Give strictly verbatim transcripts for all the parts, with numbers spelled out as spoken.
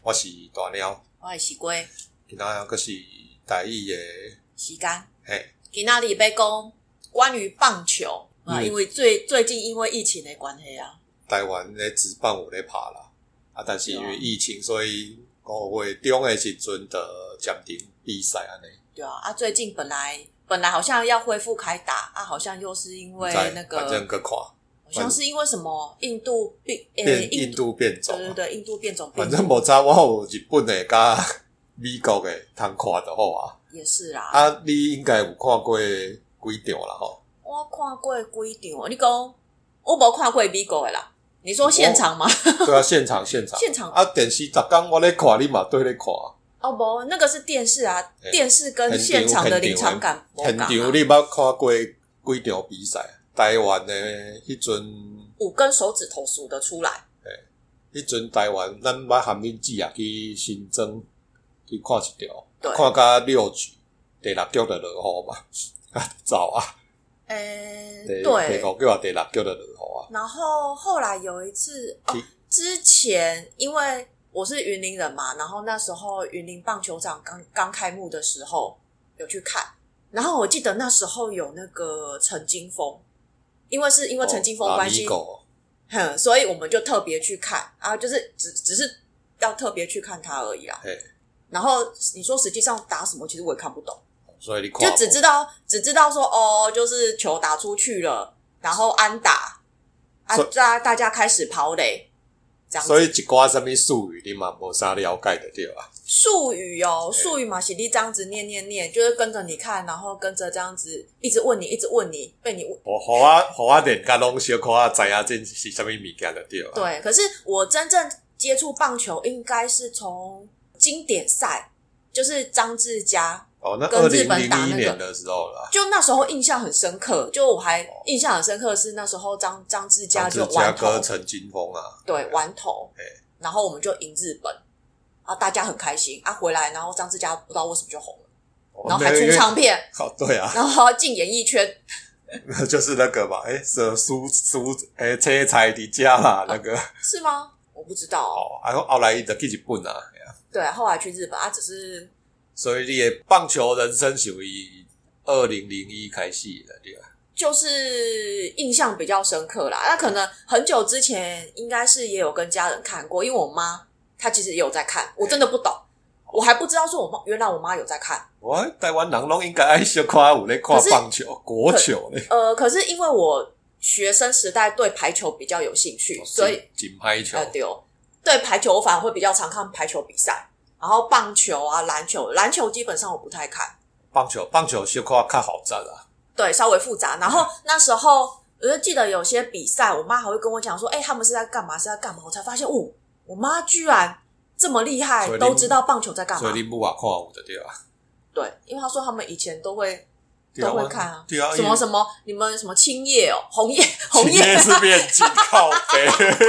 我是大鸟， 我是西龟。 今仔还是台语的时间。 嘿， 今仔日要讲关于棒球啊、嗯，因为最最近因为疫情的关系啊， 台湾的职棒有咧拍啦，啊，但是因为疫情，所以五月中的时阵就暂停比赛安尼。 对啊，啊，最近本来本来好像要恢复开打啊，好像又是因为那个， 反正搁看。 好像是因为什么印度变诶、 欸、印度变种、啊， 对对对，印度变种。 反正无差，我有日本的甲美国的通看就好啊。 也是啦。 啊，你应该有看过几场啦吼？ 我看过几场，你讲我无看过美国的啦。你说现场吗？ 对啊，现场现场现场啊，电视逐天我咧看，你嘛对咧看。 哦不，那个是电视啊，欸、电视跟现场的临场感不现场你捌看过几场比赛？台湾的迄阵五根手指头数得出来。 诶，迄阵台湾咱捌含恁姊也去新庄去看一条，看到六局，第六局就落雨嘛，啊走啊！ 诶、欸， 对， 对， 第五局啊，第六局就落雨啊。 然后后来有一次，哦，之前因为我是云林人嘛，然后那时候云林棒球场刚刚开幕的时候有去看，然后我记得那时候有那个陈金峰。因为是因为陈金峰关系、 哦哦，所以我们就特别去看啊，就是只只是要特别去看他而已啦。然后你说实际上打什么，其实我也看不懂， 所以你看就只知道只知道说哦，就是球打出去了，然后安打啊，大大家开始跑垒，这样子。 所以一寡什么术语你嘛无啥了解的对吧？ 术语哦，术语嘛，是你这样子念念念，就是跟着你看，然后跟着这样子一直问你，一直问你，被你问。 我好啊，好啊，连甲拢小可啊，知影这是什么物件就对了。 对，可是我真正接触棒球，应该是从经典赛，就是张志佳哦，那跟日本打那个年的时候啦， 就那时候印象很深刻，就我还印象很深刻的是那时候张张志佳就完投， 陈金峰啊， 对，完投，然后我们就赢日本。啊，大家很开心啊，回来然后张志佳不知道为什么就红了，哦、然后还出唱片， 好对啊， 然后进演艺圈， 就是那个嘛，哎、欸，是苏苏哎，车彩迪家啦，那个、 啊、是吗？我不知道哦，然后后来就去日本啊， 对，后来去日本啊，只是所以你的棒球人生属于二零零一开始的对吧？ 就是印象比较深刻啦，那可能很久之前应该是也有跟家人看过，因为我妈。他其实也有在看，我真的不懂，我还不知道说我妈原来我妈有在看。 我台湾人拢应该爱小看有咧看棒球、国球咧。 呃，可是因为我学生时代对排球比较有兴趣，哦、所以锦排球呃对哦，对排球我反而会比较常看排球比赛，然后棒球啊、篮球，篮球基本上我不太看。 棒球棒球小可较好战啊， 对，稍微复杂。然后那时候我就记得有些比赛，我妈还会跟我讲说：“哎、欸，他们是在干嘛？是在干嘛？”我才发现哦。我妈居然这么厉害，都知道棒球在干嘛。 所以你母也看有的对啊。 对，因为她说他们以前都会都会看啊。 对啊， 什么什么你们什么青叶哦，红叶红叶。 青叶是面筋靠背，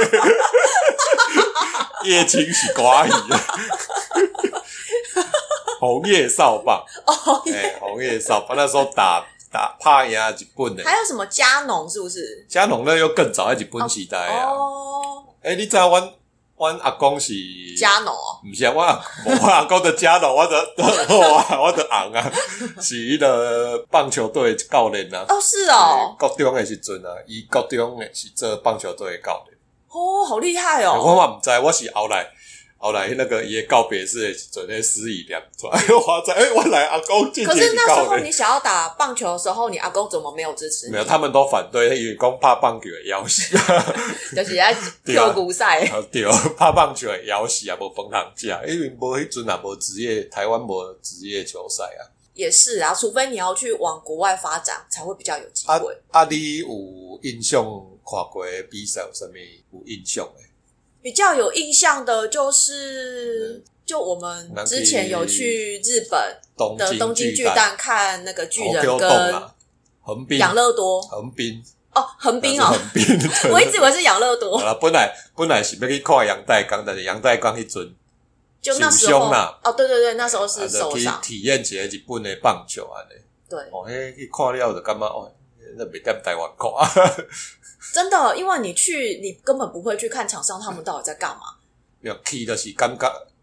叶青是寡语。红叶扫把哦， 哎、欸，红叶扫把那时候打打怕赢日本的。 还有什么加农是不是？ 加农那又更早，在日本时代啊。 哦。 哎、欸，你知道阮阮阿公是加农哦？ 不是啊，我我阿公的加农，我的我啊，我的昂啊，是伊个棒球队教练啊。 哦，是哦。 高中的时阵啊，伊高中的是做棒球队的教练。 哦，好厉害哦！ 我嘛唔知，我是后来后来那个伊告别式的时阵，那司仪念出来，我知哎，我来阿公进前可是那时候教你想要打棒球的时候，你阿公怎么没有支持你？ 没有，他们都反对，因为讲怕棒球会枵死， 就是在跳鼓赛。 对，怕棒球会枵死啊，无饭通食，因为无迄阵也无职业，台湾无职业球赛啊。 也是啊，除非你要去往国外发展，才会比较有机会。 啊，啊你有印象看过的比赛有啥物有印象的？ 比较有印象的就是，嗯、就我们之前有去日本的东京巨蛋看那个巨人跟横滨养乐多， 横滨哦，横滨哦， 横滨， 我一直以为是养乐多。 好啦，本来本来是要去看杨代刚，但是杨代刚迄阵就那时候哦，对对对，那时候是受伤， 啊、去体验一下日本的棒球安尼。 对， 哦，迄去看了就感觉哦，那袂踮台湾看啊。 真的，因为你去，你根本不会去看场上他们到底在干嘛。 没有去就是感觉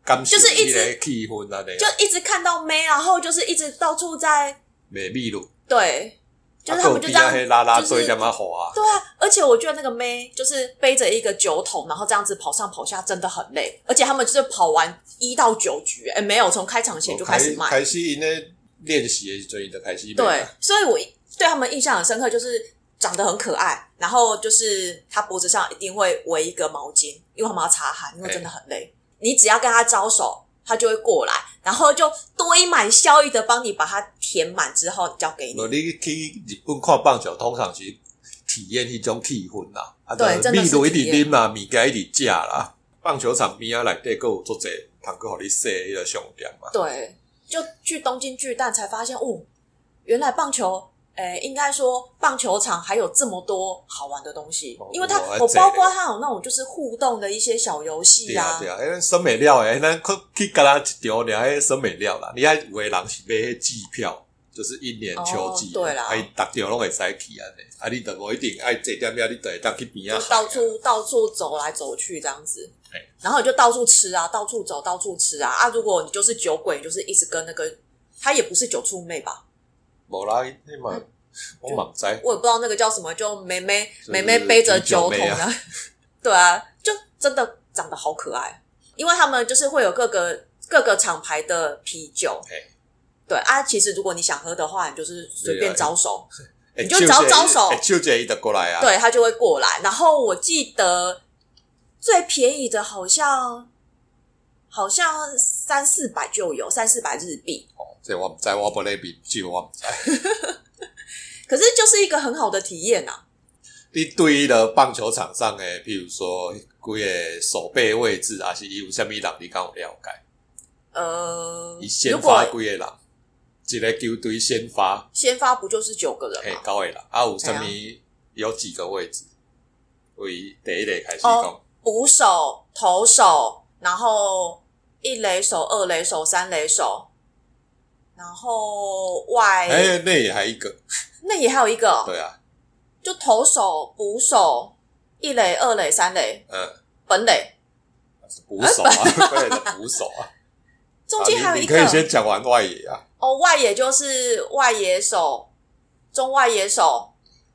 感受就是一直那个气氛啊， 就一直看到妹，然后就是一直到处在美秘鲁， 对，就是他们就这样， 啊、拉拉队就是干嘛滑？ 对啊，而且我觉得那个妹就是背着一个酒桶，然后这样子跑上跑下，真的很累。而且他们就是跑完一到九局，哎，没有，从开场前就开始卖， 哦、开始因为练习的时候就开始卖。 对，所以我对他们印象很深刻，就是长得很可爱，然后就是他脖子上一定会围一个毛巾，因为他们要擦汗，因为真的很累。你只要跟他招手，他就会过来，然后就堆满笑意的帮你把它填满之后交给你。 你去日本看棒球，通常是体验那种气氛啦。啊， 对，真的是体验。 米一直啉啦，物件一直食啦。棒球场边啊，内底还有足侪通去互你踅迄个商店嘛。 对，就去东京巨蛋才发现，哦，原来棒球。诶，应该说棒球场还有这么多好玩的东西，哦、因为它我包括它有那种就是互动的一些小游戏啊。 对啊，对啊，迄生美料诶，咱去干啦一场尔，迄生美料啦。你爱有的人是买迄季票，就是一年秋季， 哦、对啦， 啊，伊逐场拢会使去安尼，啊，你就无一定爱坐点遐，你就会当去边啊， 就到处到处走来走去这样子，然后你就到处吃啊，到处走，到处吃啊啊！如果你就是酒鬼，你就是一直跟那个，他也不是酒醋妹吧？ 无啦，你嘛，我嘛不知， 我也不知道那个叫什么，就妹妹妹妹背着酒桶啊，对啊，就真的长得好可爱，因为他们就是会有各个各个厂牌的啤酒，对啊，其实如果你想喝的话，你就是随便招手，你就只要招手， 手姐就过来啊， 对，他就会过来。然后我记得最便宜的好像好像三四百就有，三四百日币。 哦，这我不知，我不咧比酒，我不知。 可是就是一个很好的体验啊！ 你对于了棒球场上的，譬如说几个守备位置，还是有什么人你敢有了解？ 呃， 以先发几个人，一个球队先发， 先发不就是九个人吗？ 嘿，九个人，啊，有什么、啊、有几个位置？为第一类开始讲， 哦，捕手、投手，然后一垒手、二垒手、三垒手，然后外， 哎，内野还一个。 那也还有一个， 对啊， 就投手、捕手、一垒、二垒、三垒， 嗯， 本垒是捕手啊，本垒的捕手啊。 中间还有一个， 啊、你, 你可以先讲完外野啊。 哦，外野就是外野手、中外野手，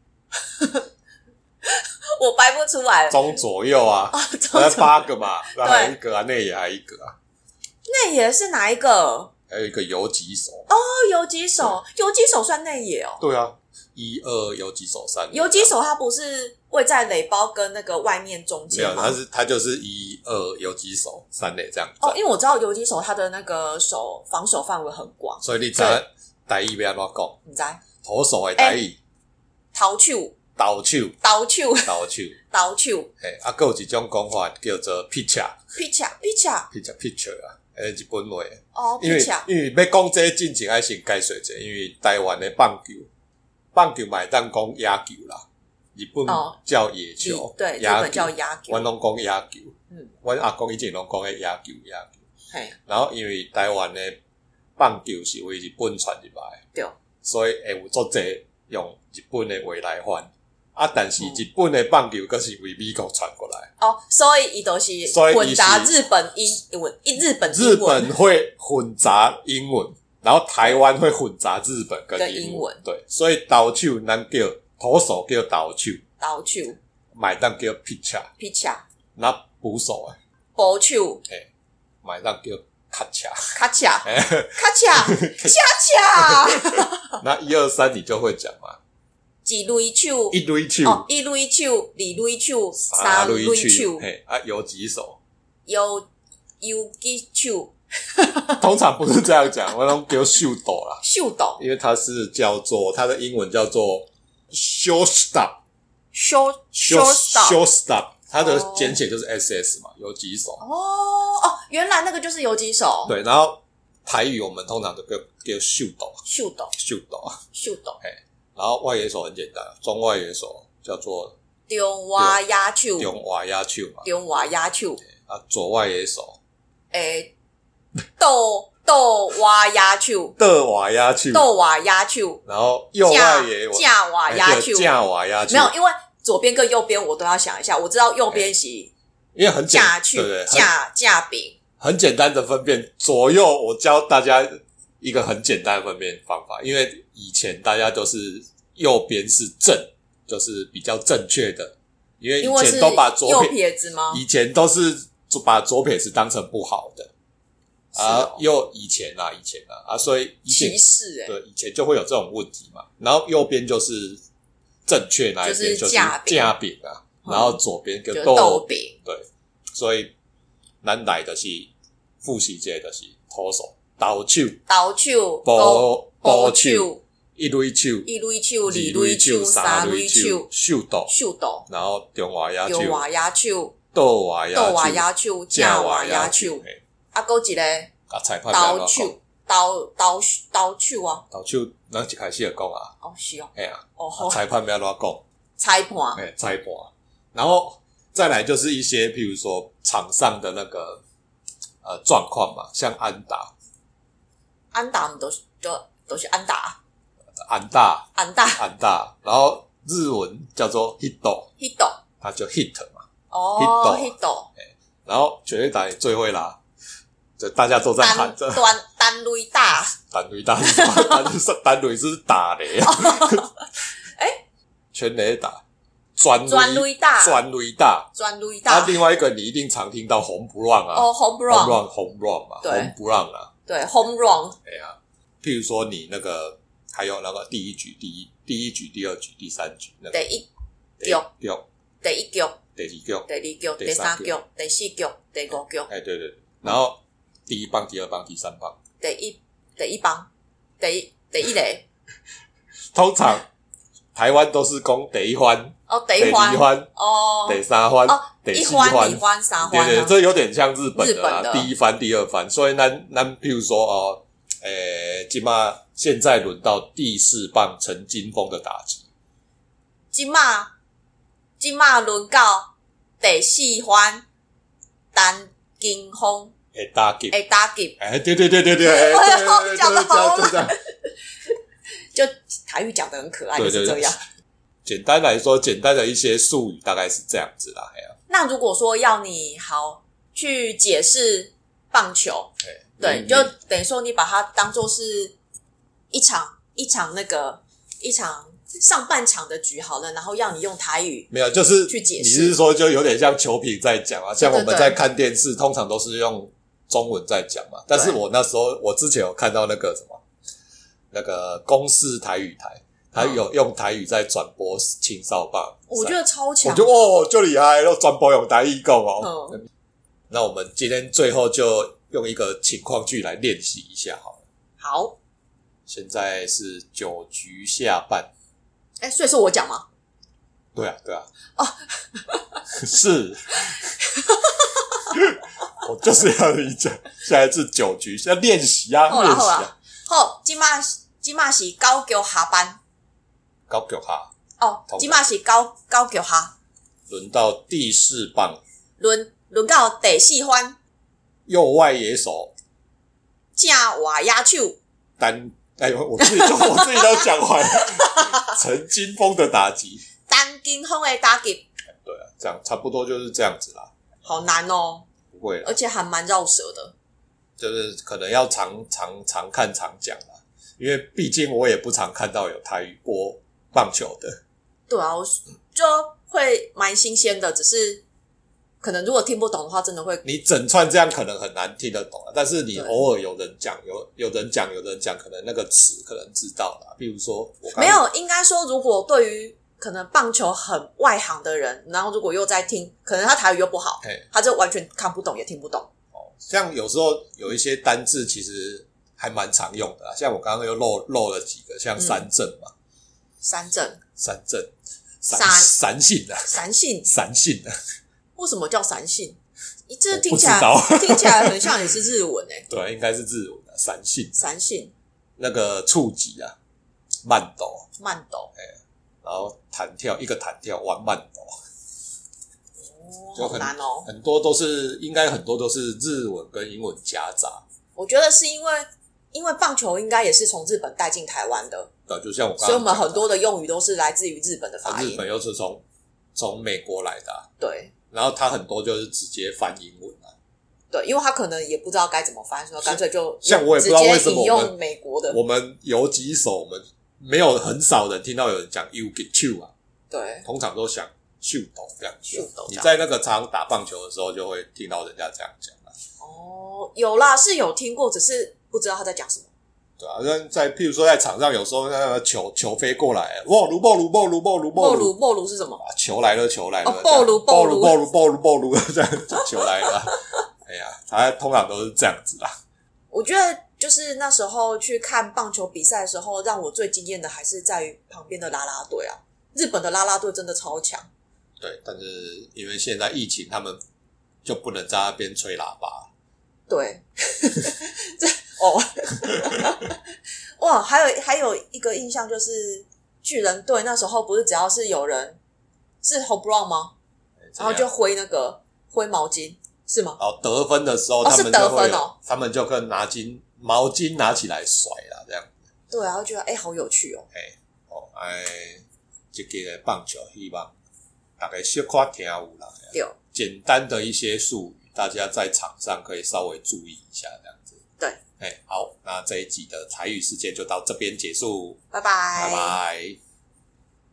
我掰不出来了。 中左右啊， 哦、中左八个嘛，然后还有一个啊，内野还有一个啊。 内野是哪一个？ 还有一个游击手哦，游击手，游击手算内野哦。 对啊，一二游击手三。 游击手他不是位在垒包跟那个外面中间吗？ 没有，他是他就是一二游击手三垒这样子。 哦，因为我知道游击手他的那个手防守范围很广， 所以你知道台语要安怎讲？ 你知道？ 投手的台语， 投手， 投手， 投手， 投手， 投手。 嘿，啊，还有一种讲法叫做 pitcher，pitcher，pitcher，pitcher 啊。诶，日本话哦， 因为因为要讲这进前还先解说者，因为台湾的棒球，棒球嘛会当讲野球啦，日本叫野球， 哦、对，日本叫野球， 阮拢讲野球， 嗯， 阮阿公以前拢讲诶野球野球， 嘿， 然后因为台湾的棒球是为日本传入来， 对， 所以会有足侪用日本的话来翻。啊，但是日本的棒球可是为美国传过来哦，所以伊都是混杂日本英文，日本英文， 日本会混杂英文，然后台湾会混杂日本跟英 文, 英文对，所以投手咱叫投手叫投手， 投手买当叫 pitcher，pitcher， 那捕手啊， 捕手， 诶，买当叫卡恰， 卡恰，卡恰，恰恰， 那一二三你就会讲嘛。 一垒手， 一垒手， 哦，一垒手，二垒手，三垒手， 嘿，啊，游击手， 游游击手， 通常不是这样讲，我拢叫秀斗啦， 秀斗， 因为它是叫做它的英文叫做 shortstop，short shortstop，它的简写就是 S S 嘛，游击手。 哦哦，原来那个就是游击手。 对，然后台语我们通常都叫叫秀斗， 秀斗， 秀斗， 秀斗， 嘿。然后外野手很简单，中外野手叫做中外野手， 中外野手嘛， 中外野手。 啊，左外野手， 诶，倒倒外野手， 倒外野手， 倒外野手。 然后右外野， 正外野手， 正外野手。 没有，因为左边跟右边我都要想一下，我知道右边是因为很正手， 对对， 正正柄， 很简单的分辨，左右我教大家一个很简单的分辨方法，因为以前大家都是右边是正，就是比较正确的，因为以前都把左右撇子吗？ 以前都是把左撇子当成不好的。啊，哦、又以前啊，以前啊，啊，所以以前歧视哎、欸， 对，以前就会有这种问题嘛。然后右边就是正确那一边就是架饼啊，嗯、然后左边跟豆饼， 对，所以咱来的是复习这的是徒手倒手、 倒手、 补补手、 一类手、 一类手、二类手、三类手、 手倒、 手倒， 然后中华牙手、 中华牙手、 倒华牙手、 倒华牙手、正华牙手。啊，还有一个刀手，刀刀刀手啊， 刀手，咱一开始就讲啊， 哦是哦， 哎呀、啊， 哦好， 裁判要怎讲？ 裁判， 哎，裁判，然后再来就是一些，譬如说场上的那个呃状况嘛，像安打， 安打都是都都是安打， 安打， 安打， 安打，然后日文叫做 hit，hit， 它就 hit 嘛， 哦 hit， 然后全垒打也最会啦，就大家都在喊着单单垒打， 单垒打是什么？单单垒是打雷啊！ 哎、 欸，全垒打，专专垒打， 专垒打， 专垒打。 啊，另外一个你一定常听到home run啊， 哦 home run，home run，home run 嘛 ，home run 啊， 对 home run。 哎呀、啊，譬如说你那个还有那个第一局、第一第一局、第二局、第三局，那个、 第一局、 局、 第一局、 第二局、 第二局、第三局、第四局、第五局。 哎，对对对，然后第一棒、第二棒、第三棒， 第一第一棒，第一第一垒。 通常台湾都是讲第一番， 哦，第一番， 第二番， 哦， 第三番， 哦， 第四番，一番、二番、三番， 对对，这有点像日本的啦， 的第一番、第二番，所以咱咱譬如说哦，诶，今嘛现在轮到第四棒陈金峰的打击， 今嘛今嘛轮到第四番陈金峰会打击， 会打击， 哎，对对对对对，对对讲得好对对， 就台语讲得很可爱，就是这样。 简单来说，简单的一些术语大概是这样子啦。哎呀， 那如果说要你好去解释棒球，对，就等于说你把它当作是一场一场那个一场上半场的局好了，然后要你用台语没有，就是去解释。 你是说就有点像球评在讲啊，像我们在看电视，通常都是用中文在讲嘛。但是我那时候我之前有看到那个什么那个公视台语台。他有用台语在转播青少棒， 我觉得超强， 我觉得哦就厉害，然后转播用台语讲哦、嗯。那我们今天最后就用一个情况剧来练习一下好了。 好， 现在是九局下半， 哎，所以是我讲吗？ 对啊，对啊， 哦， 是，我就是要你讲，现在是九局，要练习啊，练习啊。 好，今嘛今嘛是九局下半。 九局下哦，即马是九九局下， 轮到第四棒， 轮轮到第四番， 右外野手正外野手单，哎呦，我自己都我自己都讲完了，陈金峰的打击， 陈金峰的打击， 对啊，这样差不多就是这样子啦。 好难哦， 不会啦， 而且还蛮绕舌的， 就是可能要常常常看常讲啦，因为毕竟我也不常看到有台语播棒球的， 对啊，我就会蛮新鲜的，只是可能如果听不懂的话，真的会你整串这样可能很难听得懂啊。但是你偶尔有人讲，有有人讲，有人讲，可能那个词可能知道啦。比如说我刚刚， 没有，应该说，如果对于可能棒球很外行的人，然后如果又在听，可能他台语又不好，他就完全看不懂也听不懂。 哦，像有时候有一些单字其实还蛮常用的啦，像我刚刚又漏漏了几个，像三振嘛。嗯三振， 三振，三三性啊， 三性， 三性啊， 为什么叫三性？这听起来听起来很像也是日文诶、欸。 对，应该是日文啊，三性， 三性， 那个触击啊，慢抖， 慢抖， 哎、欸，然后弹跳，一个弹跳玩慢抖， 哦，好难哦， 很多都是应该很多都是日文跟英文夹杂。 我觉得是因为因为棒球应该也是从日本带进台湾的。 对，就像我刚刚， 所以我们很多的用语都是来自于日本的发音， 日本又是从从美国来的、啊， 对， 然后它很多就是直接翻英文啊， 对，因为他可能也不知道该怎么翻，所以干脆就像我也不知道为什么直接引用美国的。 我们有几首我们没有很少人听到有人讲 you get you 啊， 对， 通常都想秀斗这样子。 秀斗， 你在那个常打棒球的时候就会听到人家这样讲啊。 哦，有啦，是有听过，只是不知道他在讲什么。 对啊，在譬如说在场上，有时候那个球球飞过来，哇卢爆卢爆卢爆卢爆卢爆卢是什么？ 球来了，球来了， 哦，爆卢爆卢爆卢爆卢爆卢，这样球来了。哎呀，他通常都是这样子啦。 我觉得就是那时候去看棒球比赛的时候，让我最惊艳的还是在于旁边的啦啦队啊，日本的啦啦队真的超强。 对，但是因为现在疫情，他们就不能在那边吹喇叭。 对，这哦，哇，还有还有一个印象就是巨人队那时候不是只要是有人是 Home Run 吗？然后就挥那个挥毛巾是吗？ 哦，得分的时候、 哦、 他们就会有、 哦、 他们就可以拿巾毛巾拿起来甩啦，这样。 对啊，我觉得哎、欸，好有趣哦。 哎哦哎，这个棒球希望大家小可听有啦。 对， 简单的一些术语，大家在场上可以稍微注意一下，这样子。 对， 哎，好，那这一集的台语事件就到这边结束， 拜拜， 拜拜。